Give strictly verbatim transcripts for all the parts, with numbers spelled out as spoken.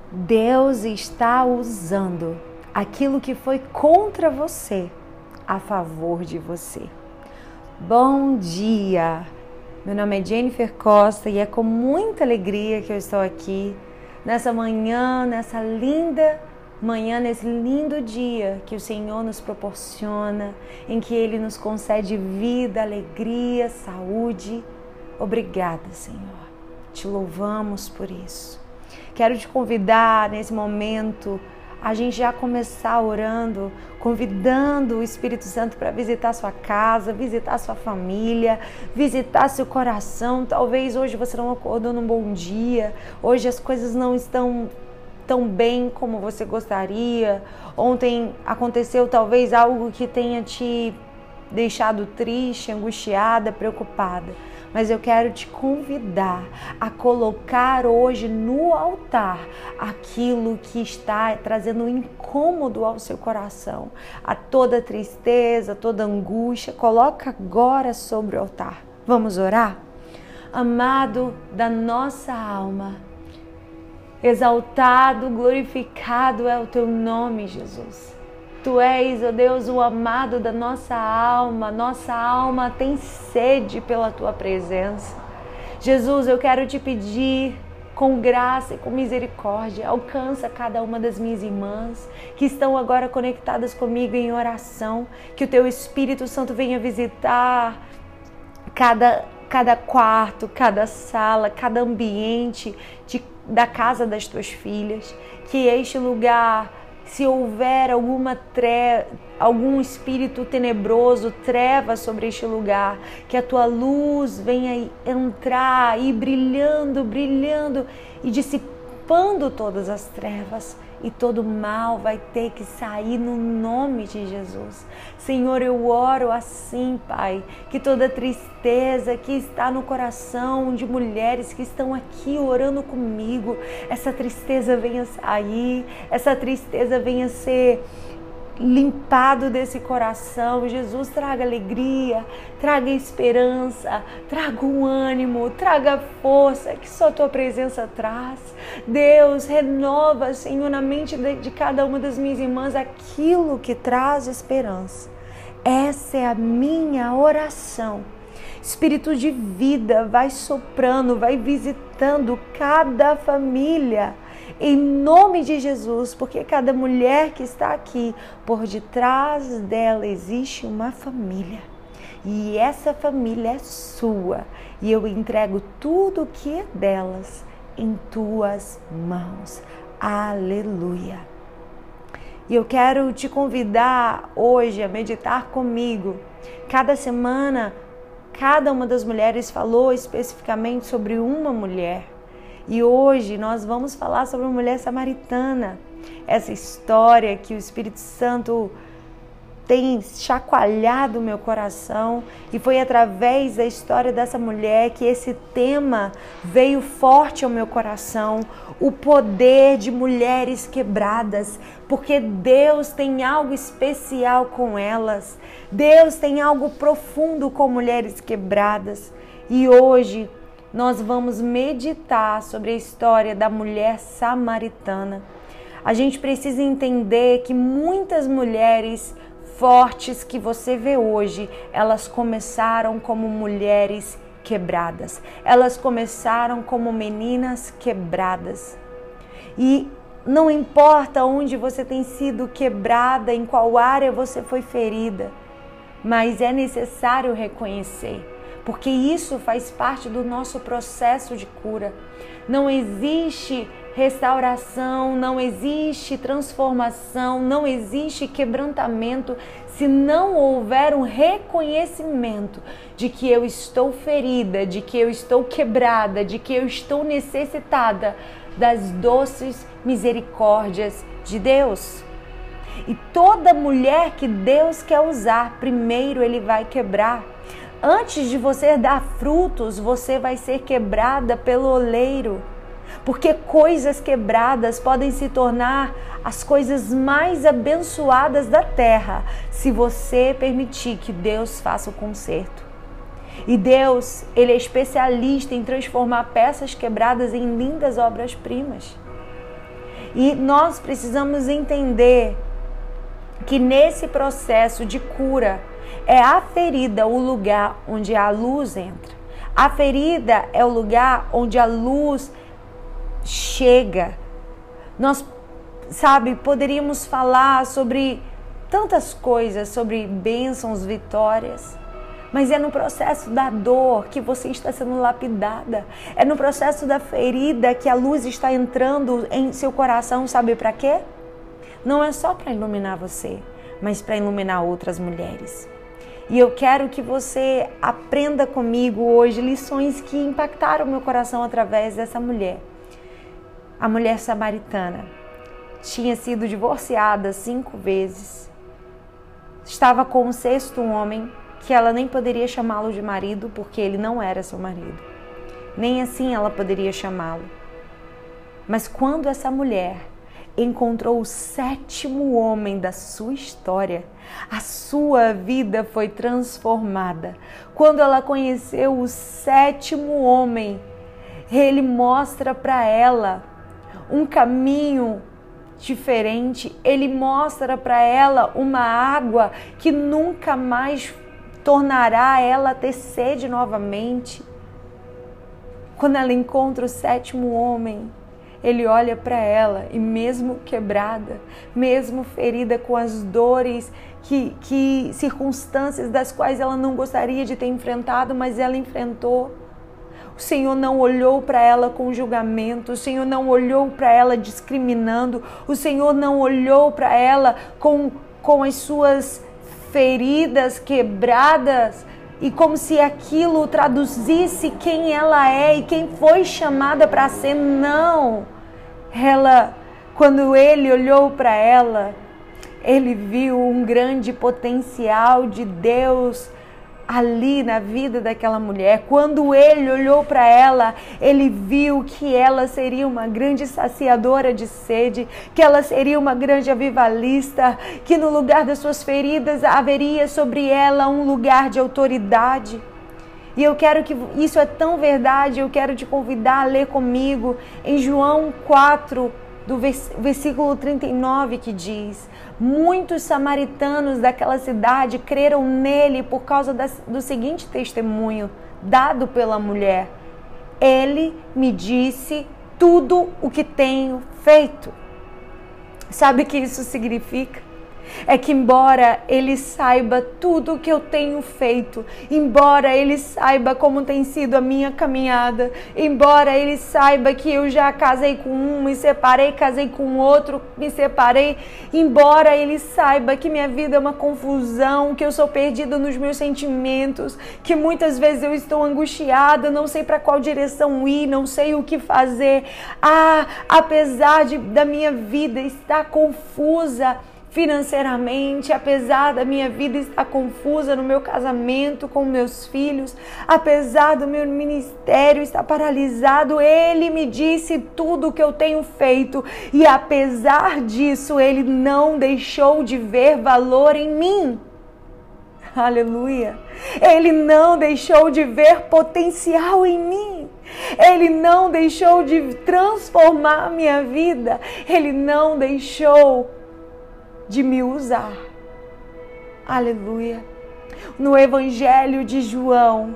Deus está usando aquilo que foi contra você a favor de você. Bom dia! Meu nome é Jennifer Costa e é com muita alegria que eu estou aqui nessa manhã, nessa linda manhã, nesse lindo dia que o Senhor nos proporciona, em que Ele nos concede vida, alegria, saúde. Obrigada, Senhor. Te louvamos por isso. Quero te convidar nesse momento a gente já começar orando, convidando o Espírito Santo para visitar sua casa, visitar sua família, visitar seu coração. Talvez hoje você não acordou num bom dia, hoje as coisas não estão tão bem como você gostaria. Ontem aconteceu talvez algo que tenha te deixado triste, angustiada, preocupada. Mas eu quero te convidar a colocar hoje no altar aquilo que está trazendo um incômodo ao seu coração, a toda tristeza, toda angústia. Coloca agora sobre o altar. Vamos orar? Amado da nossa alma, exaltado, glorificado é o teu nome, Jesus. Tu és, ó Deus, o amado da nossa alma. Nossa alma tem sede pela tua presença. Jesus, eu quero te pedir, com graça e com misericórdia, alcança cada uma das minhas irmãs que estão agora conectadas comigo em oração. Que o teu Espírito Santo venha visitar cada, cada quarto, cada sala, cada ambiente de, da casa das tuas filhas. Que este lugar, se houver alguma tre... algum espírito tenebroso, treva sobre este lugar, que a tua luz venha entrar e brilhando, brilhando e dissipando todas as trevas. E todo mal vai ter que sair no nome de Jesus. Senhor, eu oro assim, Pai, que toda tristeza que está no coração de mulheres que estão aqui orando comigo, essa tristeza venha sair, essa tristeza venha ser limpado desse coração. Jesus, traga alegria, traga esperança, traga um ânimo, traga força que só tua presença traz. Deus, renova, Senhor, na mente de, de cada uma das minhas irmãs aquilo que traz esperança. Essa é a minha oração. Espírito de vida, vai soprando, vai visitando cada família, em nome de Jesus, porque cada mulher que está aqui, por detrás dela existe uma família. E essa família é sua. E eu entrego tudo que é delas em tuas mãos. Aleluia. E eu quero te convidar hoje a meditar comigo. Cada semana, cada uma das mulheres falou especificamente sobre uma mulher. E hoje nós vamos falar sobre uma mulher samaritana. Essa história que o Espírito Santo tem chacoalhado o meu coração. E foi através da história dessa mulher que esse tema veio forte ao meu coração. O poder de mulheres quebradas. Porque Deus tem algo especial com elas. Deus tem algo profundo com mulheres quebradas. E hoje nós vamos meditar sobre a história da mulher samaritana. A gente precisa entender que muitas mulheres fortes que você vê hoje, elas começaram como mulheres quebradas. Elas começaram como meninas quebradas. E não importa onde você tem sido quebrada, em qual área você foi ferida, mas é necessário reconhecer, porque isso faz parte do nosso processo de cura. Não existe restauração, não existe transformação, não existe quebrantamento se não houver um reconhecimento de que eu estou ferida, de que eu estou quebrada, de que eu estou necessitada das doces misericórdias de Deus. E toda mulher que Deus quer usar, primeiro Ele vai quebrar. Antes de você dar frutos, você vai ser quebrada pelo oleiro. Porque coisas quebradas podem se tornar as coisas mais abençoadas da terra, se você permitir que Deus faça o conserto. E Deus, Ele é especialista em transformar peças quebradas em lindas obras-primas. E nós precisamos entender que nesse processo de cura é a ferida o lugar onde a luz entra. A ferida é o lugar onde a luz chega. Nós, sabe, poderíamos falar sobre tantas coisas, sobre bênçãos, vitórias, mas é no processo da dor que você está sendo lapidada. É no processo da ferida que a luz está entrando em seu coração. Sabe para quê? Não é só para iluminar você, mas para iluminar outras mulheres. E eu quero que você aprenda comigo hoje lições que impactaram meu coração através dessa mulher. A mulher samaritana tinha sido divorciada cinco vezes. Estava com um sexto homem que ela nem poderia chamá-lo de marido porque ele não era seu marido. Nem assim ela poderia chamá-lo. Mas quando essa mulher encontrou o sétimo homem da sua história, a sua vida foi transformada. Quando ela conheceu o sétimo homem, ele mostra para ela um caminho diferente. Ele mostra para ela uma água que nunca mais tornará ela a ter sede novamente. Quando ela encontra o sétimo homem, ele olha para ela e mesmo quebrada, mesmo ferida com as dores, que, que circunstâncias das quais ela não gostaria de ter enfrentado, mas ela enfrentou. O Senhor não olhou para ela com julgamento, o Senhor não olhou para ela discriminando, o Senhor não olhou para ela com, com as suas feridas quebradas, e como se aquilo traduzisse quem ela é e quem foi chamada para ser. Não! Ela, quando ele olhou para ela, ele viu um grande potencial de Deus ali na vida daquela mulher. Quando ele olhou para ela, ele viu que ela seria uma grande saciadora de sede, que ela seria uma grande avivalista, que no lugar das suas feridas haveria sobre ela um lugar de autoridade. E eu quero que, isso é tão verdade, eu quero te convidar a ler comigo em João quatro, do versículo trinta e nove, que diz: muitos samaritanos daquela cidade creram nele por causa das, do seguinte testemunho dado pela mulher: ele me disse tudo o que tenho feito. Sabe o que isso significa? É que embora ele saiba tudo o que eu tenho feito, embora ele saiba como tem sido a minha caminhada, embora ele saiba que eu já casei com um, me separei, casei com outro, me separei, embora ele saiba que minha vida é uma confusão, que eu sou perdida nos meus sentimentos, que muitas vezes eu estou angustiada, não sei para qual direção ir, não sei o que fazer. Ah, apesar de, da minha vida estar confusa financeiramente, apesar da minha vida estar confusa no meu casamento com meus filhos, apesar do meu ministério estar paralisado, ele me disse tudo o que eu tenho feito, e apesar disso, ele não deixou de ver valor em mim. Aleluia! Ele não deixou de ver potencial em mim. Ele não deixou de transformar a minha vida. Ele não deixou de me usar. Aleluia. No Evangelho de João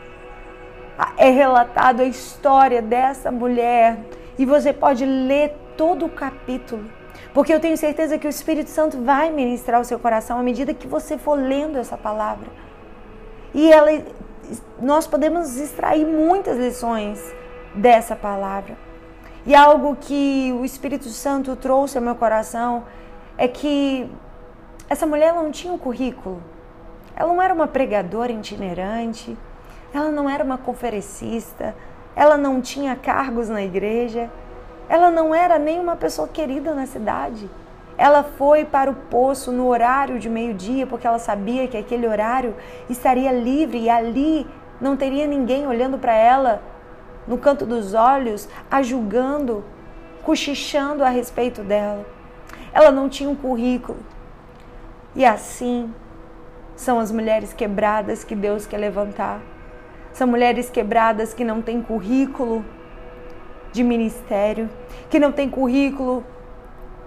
é relatado a história dessa mulher, e você pode ler todo o capítulo, porque eu tenho certeza que o Espírito Santo vai ministrar o seu coração à medida que você for lendo essa palavra. E ela, nós podemos extrair muitas lições dessa palavra. E algo que o Espírito Santo trouxe ao meu coração é que essa mulher não tinha um currículo. Ela não era uma pregadora itinerante, ela não era uma conferencista, ela não tinha cargos na igreja, ela não era nem uma pessoa querida na cidade. Ela foi para o poço no horário de meio-dia, porque ela sabia que aquele horário estaria livre e ali não teria ninguém olhando para ela no canto dos olhos, a julgando, cochichando a respeito dela. Ela não tinha um currículo. E assim são as mulheres quebradas que Deus quer levantar. São mulheres quebradas que não têm currículo de ministério, que não têm currículo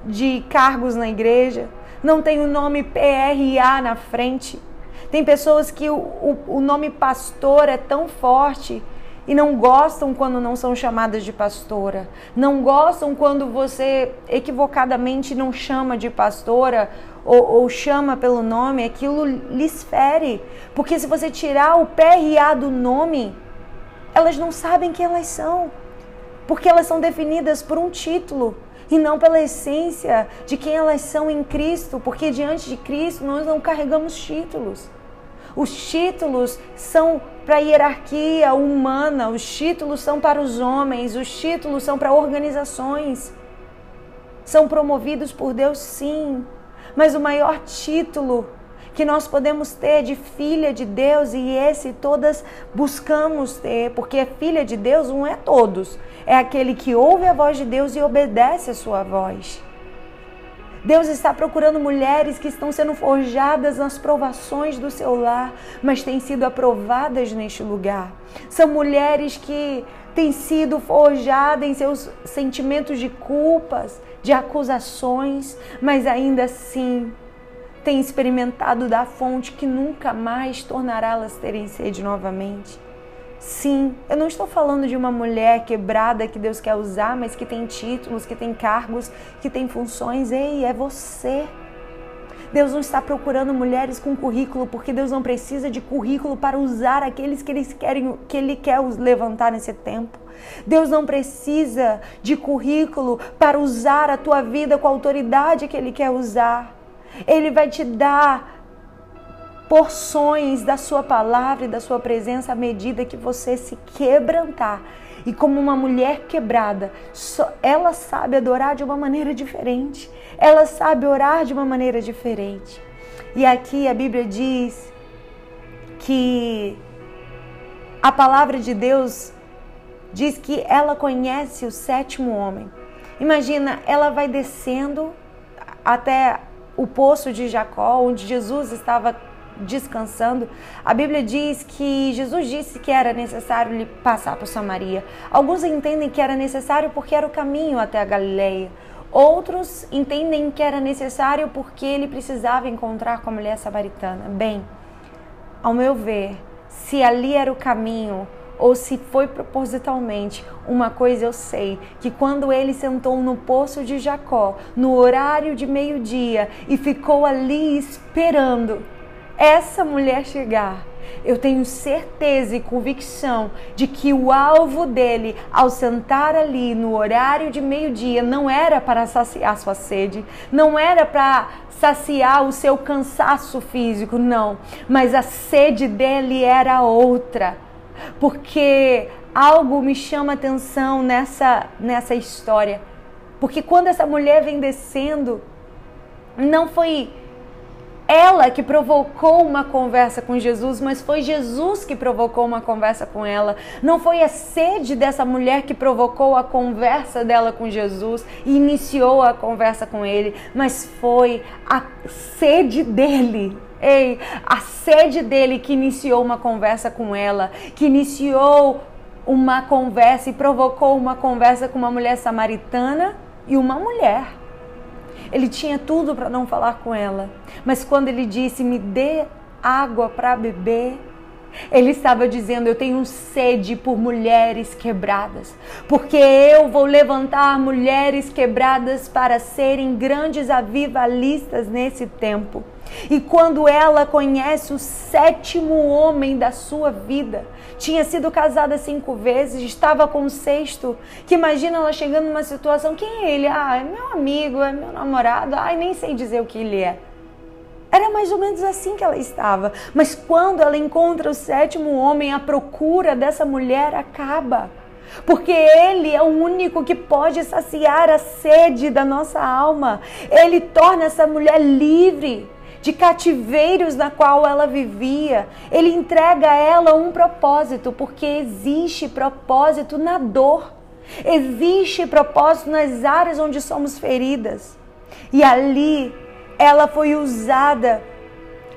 de cargos na igreja, não tem o nome P R A na frente. Tem pessoas que o, o, o nome pastor é tão forte e não gostam quando não são chamadas de pastora. Não gostam quando você equivocadamente não chama de pastora ou, ou chama pelo nome. Aquilo lhes fere. Porque se você tirar o P R A do nome, elas não sabem quem elas são. Porque elas são definidas por um título e não pela essência de quem elas são em Cristo. Porque diante de Cristo nós não carregamos títulos. Os títulos são para a hierarquia humana, os títulos são para os homens, os títulos são para organizações. São promovidos por Deus, sim, mas o maior título que nós podemos ter de filha de Deus, e esse todas buscamos ter, porque filha de Deus não é todos, é aquele que ouve a voz de Deus e obedece a sua voz. Deus está procurando mulheres que estão sendo forjadas nas provações do seu lar, mas têm sido aprovadas neste lugar. São mulheres que têm sido forjadas em seus sentimentos de culpas, de acusações, mas ainda assim têm experimentado da fonte que nunca mais tornará elas terem sede novamente. Sim, eu não estou falando de uma mulher quebrada que Deus quer usar, mas que tem títulos, que tem cargos, que tem funções. Ei, é você. Deus não está procurando mulheres com currículo, porque Deus não precisa de currículo para usar aqueles que, eles querem, que Ele quer levantar nesse tempo. Deus não precisa de currículo para usar a tua vida com a autoridade que Ele quer usar. Ele vai te dar porções da sua palavra e da sua presença à medida que você se quebrantar. E como uma mulher quebrada, ela sabe adorar de uma maneira diferente. Ela sabe orar de uma maneira diferente. E aqui a Bíblia diz que a palavra de Deus diz que ela conhece o sétimo homem. Imagina, ela vai descendo até o poço de Jacó, onde Jesus estava descansando. A Bíblia diz que Jesus disse que era necessário ele passar por Samaria. Alguns entendem que era necessário porque era o caminho até a Galileia. Outros entendem que era necessário porque ele precisava encontrar com a mulher samaritana. Bem, ao meu ver, se ali era o caminho ou se foi propositalmente, uma coisa eu sei, que quando ele sentou no poço de Jacó, no horário de meio-dia, e ficou ali esperando essa mulher chegar, eu tenho certeza e convicção de que o alvo dele, ao sentar ali no horário de meio-dia, não era para saciar sua sede, não era para saciar o seu cansaço físico, não, mas a sede dele era outra, porque algo me chama atenção nessa, nessa história, porque quando essa mulher vem descendo, não foi ela que provocou uma conversa com Jesus, mas foi Jesus que provocou uma conversa com ela. Não foi a sede dessa mulher que provocou a conversa dela com Jesus e iniciou a conversa com ele, mas foi a sede dele. Ei, a sede dele que iniciou uma conversa com ela, que iniciou uma conversa e provocou uma conversa com uma mulher samaritana e uma mulher. Ele tinha tudo para não falar com ela, mas quando ele disse, me dê água para beber, ele estava dizendo, eu tenho sede por mulheres quebradas, porque eu vou levantar mulheres quebradas para serem grandes avivalistas nesse tempo. E quando ela conhece o sétimo homem da sua vida, tinha sido casada cinco vezes, estava com o sexto, que imagina ela chegando numa situação, quem é ele? Ah, é meu amigo, é meu namorado, ai, nem sei dizer o que ele é. Era mais ou menos assim que ela estava. Mas quando ela encontra o sétimo homem, a procura dessa mulher acaba. Porque ele é o único que pode saciar a sede da nossa alma. Ele torna essa mulher livre de cativeiros na qual ela vivia. Ele entrega a ela um propósito, porque existe propósito na dor. Existe propósito nas áreas onde somos feridas. E ali ela foi usada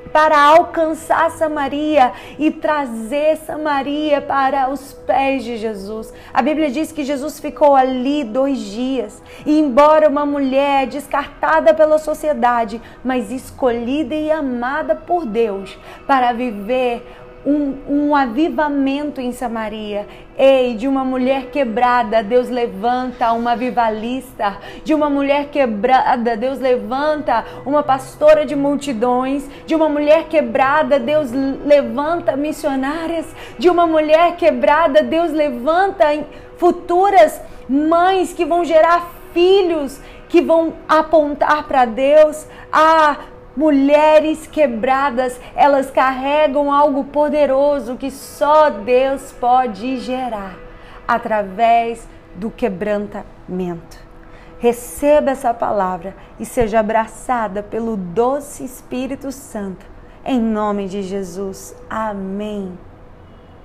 para alcançar Samaria e trazer Samaria para os pés de Jesus. A Bíblia diz que Jesus ficou ali dois dias. E embora uma mulher descartada pela sociedade, mas escolhida e amada por Deus para viver Um, um avivamento em Samaria. Ei, de uma mulher quebrada, Deus levanta uma avivalista. De uma mulher quebrada, Deus levanta uma pastora de multidões. De uma mulher quebrada, Deus levanta missionárias. De uma mulher quebrada, Deus levanta futuras mães que vão gerar filhos que vão apontar para Deus. Ah, mulheres quebradas, elas carregam algo poderoso que só Deus pode gerar através do quebrantamento. Receba essa palavra e seja abraçada pelo doce Espírito Santo. Em nome de Jesus. Amém.